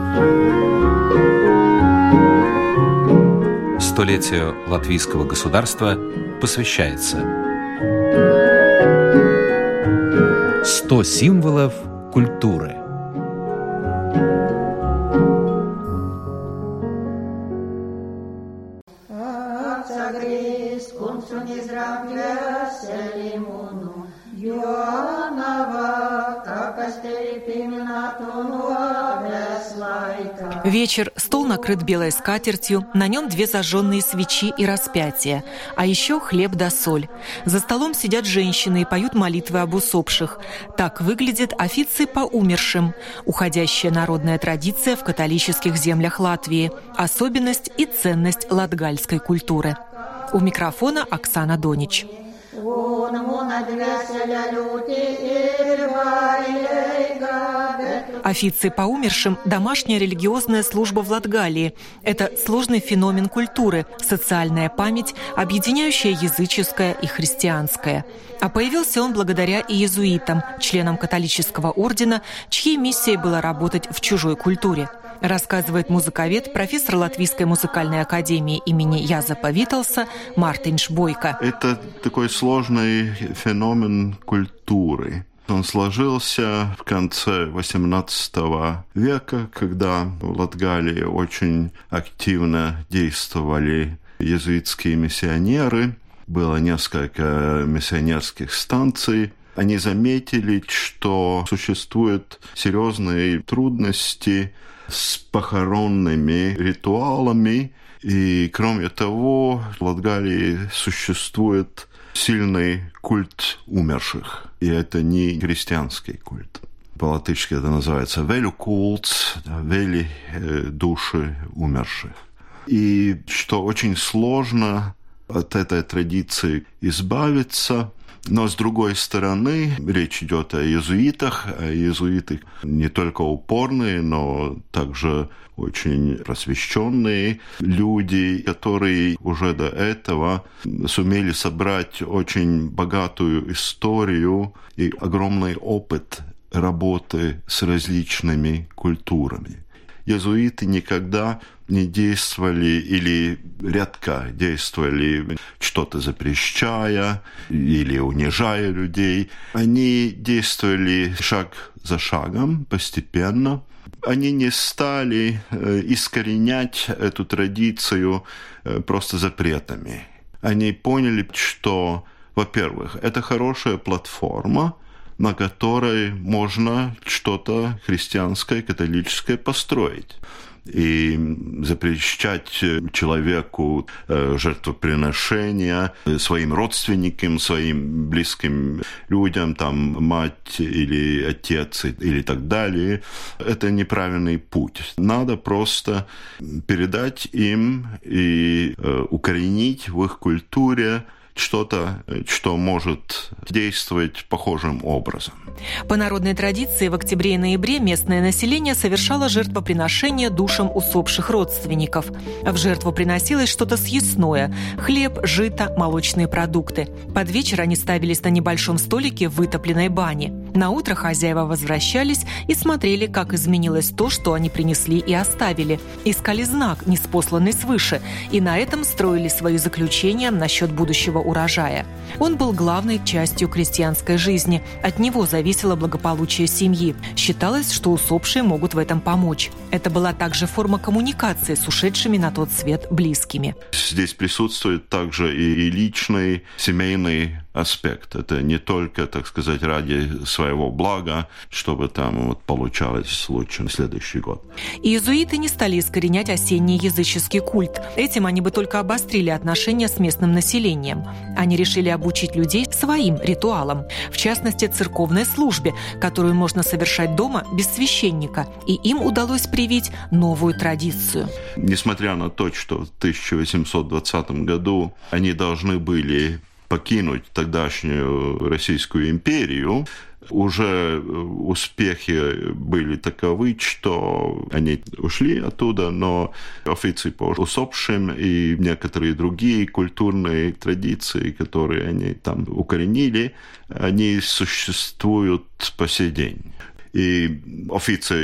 Столетию латвийского государства посвящается 100 символов культуры. Вечер, стол накрыт белой скатертью, на нем 2 зажженные свечи и распятие, а еще хлеб да соль. За столом сидят женщины и поют молитвы об усопших. Так выглядят официи по умершим, уходящая народная традиция в католических землях Латвии, особенность и ценность латгальской культуры. У микрофона Оксана Донич. Официи по умершим – домашняя религиозная служба в Латгалии. Это сложный феномен культуры, социальная память, объединяющая языческое и христианское. А появился он благодаря иезуитам, членам католического ордена, чьей миссией было работать в чужой культуре. Рассказывает музыковед, профессор Латвийской музыкальной академии имени Язепа Виталса Мартинš Бойко. Это такой сложный феномен культуры. Он сложился в конце XVIII века, когда в Латгалии очень активно действовали иезуитские миссионеры. Было несколько миссионерских станций. Они заметили, что существуют серьезные трудности с похоронными ритуалами. И, кроме того, в Латгалии существует сильный культ умерших. И это не христианский культ. По-латышски это называется «велю-култс», «вели» души умерших. И что очень сложно от этой традиции избавиться. Но, с другой стороны, речь идет о иезуитах, а иезуиты не только упорные, но также очень просвещенные люди, которые уже до этого сумели собрать очень богатую историю и огромный опыт работы с различными культурами. Иезуиты никогда не действовали или редко действовали, что-то запрещая или унижая людей. Они действовали шаг за шагом, постепенно. Они не стали искоренять эту традицию просто запретами. Они поняли, что, во-первых, это хорошая платформа, на которой можно что-то христианское, католическое построить. И запрещать человеку жертвоприношения своим родственникам, своим близким людям, там, мать или отец или так далее, это неправильный путь. Надо просто передать им и укоренить в их культуре что-то, что может действовать похожим образом. По народной традиции в октябре и ноябре местное население совершало жертвоприношение душам усопших родственников. В жертву приносилось что-то съестное – хлеб, жито, молочные продукты. Под вечер они ставились на небольшом столике в вытопленной бане. На утро хозяева возвращались и смотрели, как изменилось то, что они принесли и оставили. Искали знак, ниспосланный свыше, и на этом строили свои заключения насчет будущего урожая. Он был главной частью крестьянской жизни. От него зависело благополучие семьи. Считалось, что усопшие могут в этом помочь. Это была также форма коммуникации с ушедшими на тот свет близкими. Здесь присутствует также и личный, семейный аспект. Это не только, так сказать, ради своего блага, чтобы там получалось лучше на следующий год. Иезуиты не стали искоренять осенний языческий культ. Этим они бы только обострили отношения с местным населением. Они решили обучить людей своим ритуалам, в частности, церковной службе, которую можно совершать дома без священника. И им удалось привить новую традицию. Несмотря на то, что в 1820 году они должны были покинуть тогдашнюю Российскую империю, уже успехи были таковы, что они ушли оттуда, но официи по усопшим и некоторые другие культурные традиции, которые они там укоренили, они существуют по сей день. И официи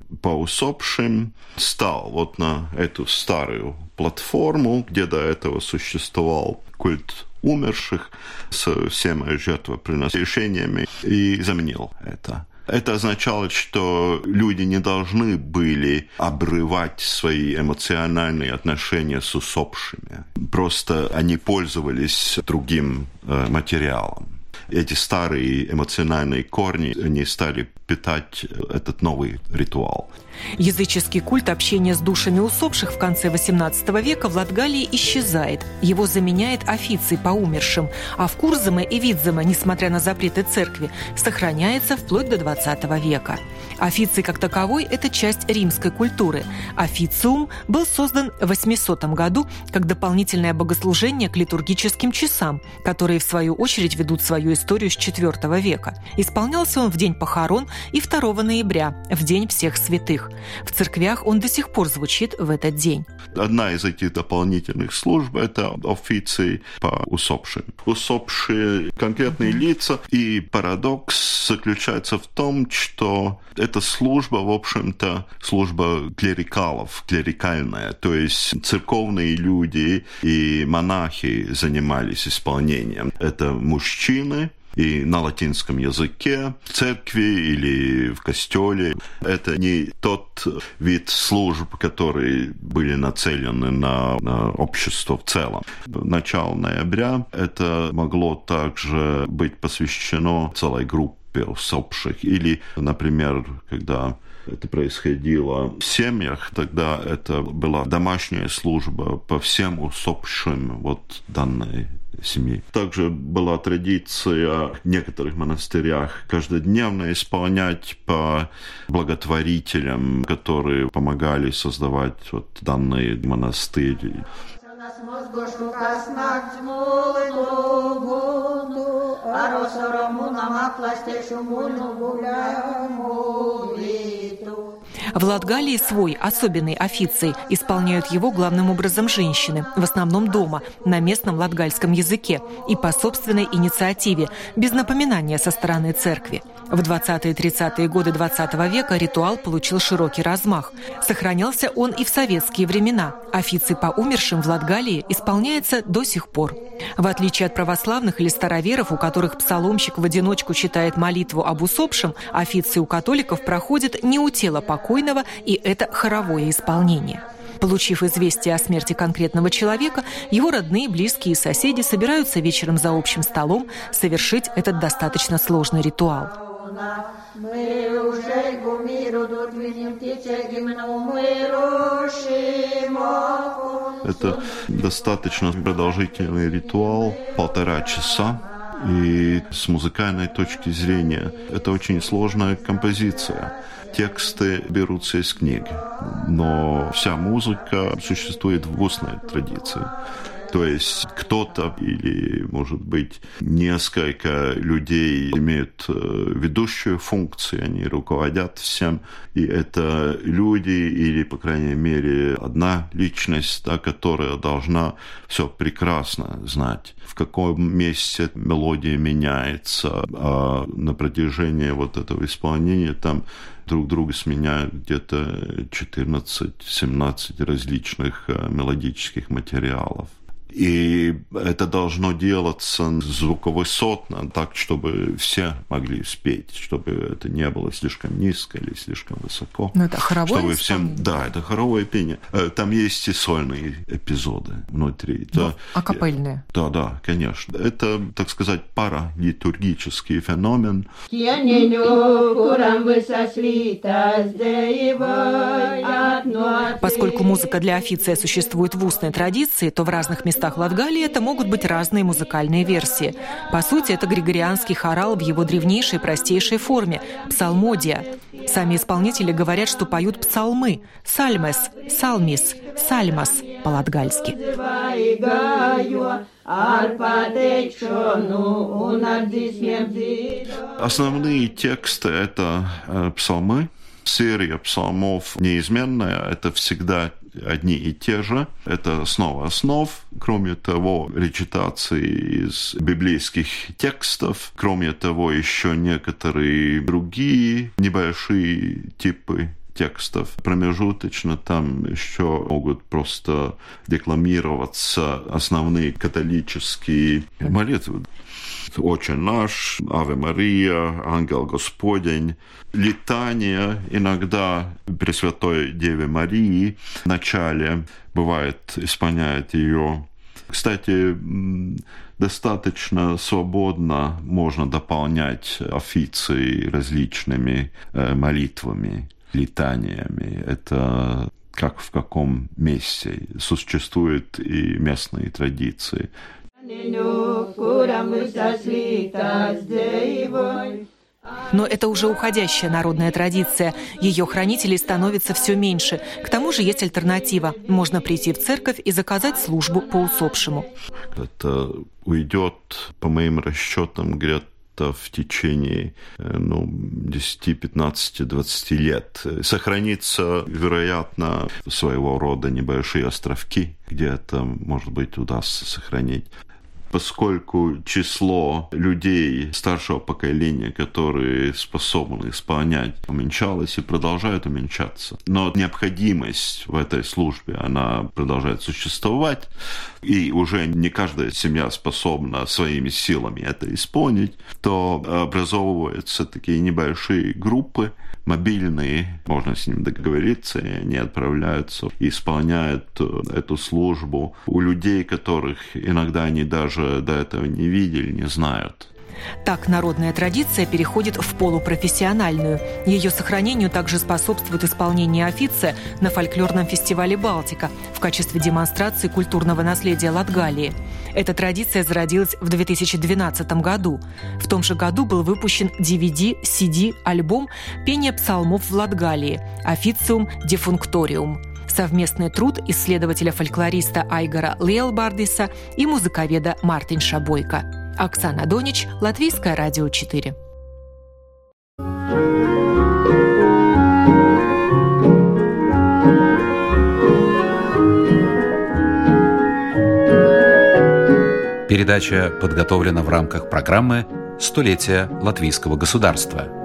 по усопшим стал вот на эту старую платформу, где до этого существовал культ умерших со всеми жертвоприношениями, и заменил это. Это означало, что люди не должны были обрывать свои эмоциональные отношения с усопшими. Просто они пользовались другим материалом. Эти старые эмоциональные корни, они стали питать этот новый ритуал. Языческий культ общения с душами усопших в конце XVIII века в Латгалии исчезает. Его заменяет официй по умершим, а в Курзаме и Видзаме, несмотря на запреты церкви, сохраняется вплоть до XX века. Официй как таковой – это часть римской культуры. Официум был создан в 800 году как дополнительное богослужение к литургическим часам, которые, в свою очередь, ведут свою историю с IV века. Исполнялся он в день похорон и 2 ноября, в День всех святых. В церквях он до сих пор звучит в этот день. Одна из этих дополнительных служб – это официй по усопшим. Усопшие конкретные лица, и парадокс заключается в том, что эта служба, в общем-то, служба клерикалов, клерикальная, то есть церковные люди и монахи занимались исполнением. Это мужчины, и на латинском языке, в церкви или в костеле. Это не тот вид служб, которые были нацелены на общество в целом. Начало ноября это могло также быть посвящено целой группе усопших. Или, например, когда это происходило в семьях, тогда это была домашняя служба по всем усопшим вот данной семьи. Также была традиция в некоторых монастырях каждодневно исполнять по благотворителям, которые помогали создавать вот данные монастыри. В Латгалии свой особенный официй. Исполняют его главным образом женщины, в основном дома, на местном латгальском языке и по собственной инициативе, без напоминания со стороны церкви. В 20-е и 30-е годы XX века ритуал получил широкий размах. Сохранялся он и в советские времена. Официй по умершим в Латгалии исполняется до сих пор. В отличие от православных или староверов, у которых псаломщик в одиночку читает молитву об усопшем, официй у католиков проходит не у тела покойного, и это хоровое исполнение. Получив известие о смерти конкретного человека, его родные, близкие и соседи собираются вечером за общим столом совершить этот достаточно сложный ритуал. Это достаточно продолжительный ритуал, 1,5 часа. И с музыкальной точки зрения это очень сложная композиция. Тексты берутся из книг, но вся музыка существует в устной традиции. То есть кто-то или, может быть, несколько людей имеют ведущую функцию, они руководят всем, и это люди или, по крайней мере, одна личность, да, которая должна все прекрасно знать, в каком месте мелодия меняется, а на протяжении вот этого исполнения там друг друга сменяют где-то 14-17 различных мелодических материалов. И это должно делаться звуковысотно, так, чтобы все могли спеть, чтобы это не было слишком низко или слишком высоко. Но это хоровое исполнение? Да, это хоровое пение. Там есть и сольные эпизоды внутри. Да, акапельные? Да, конечно. Это, так сказать, паралитургический феномен. Поскольку музыка для официя существует в устной традиции, то в разных местах Латгалии это могут быть разные музыкальные версии. По сути, это григорианский хорал в его древнейшей, простейшей форме – псалмодия. Сами исполнители говорят, что поют псалмы – сальмес, салмис, сальмас по-латгальски. Основные тексты – это псалмы. Серия псалмов неизменная, это всегда одни и те же. Это основа основ. Кроме того, речитации из библейских текстов. Кроме того, еще некоторые другие небольшие типы текстов. Промежуточно там еще могут просто декламироваться основные католические молитвы. «Отче наш», «Аве Мария», «Ангел Господень». Литания иногда Пресвятой Деве Марии в начале бывает исполняет ее. Кстати, достаточно свободно можно дополнять официи различными молитвами, литаниями. Это как в каком месте. Существуют и местные традиции. Но это уже уходящая народная традиция. Ее хранителей становится все меньше. К тому же есть альтернатива. Можно прийти в церковь и заказать службу по усопшему. Это уйдет, по моим расчетам, где-то в течение 10, 15, 20 лет. Сохранится, вероятно, своего рода небольшие островки, где это, может быть, удастся сохранить. Поскольку число людей старшего поколения, которые способны исполнять, уменьшалось и продолжает уменьшаться. Но необходимость в этой службе, она продолжает существовать, и уже не каждая семья способна своими силами это исполнить, то образовываются такие небольшие группы, мобильные, можно с ним договориться, и они отправляются и исполняют эту службу у людей, которых иногда они даже до этого не видели, не знают. Так народная традиция переходит в полупрофессиональную. Ее сохранению также способствует исполнение официя на фольклорном фестивале «Балтика» в качестве демонстрации культурного наследия Латгалии. Эта традиция зародилась в 2012 году. В том же году был выпущен DVD, CD, альбом «Пение псалмов в Латгалии» «Officium Defunctorium». Совместный труд исследователя-фольклориста Айгора Лейлбардиса и музыковеда Мартинша Бойко. Оксана Донич, Латвийское радио 4. Передача подготовлена в рамках программы «Столетие латвийского государства».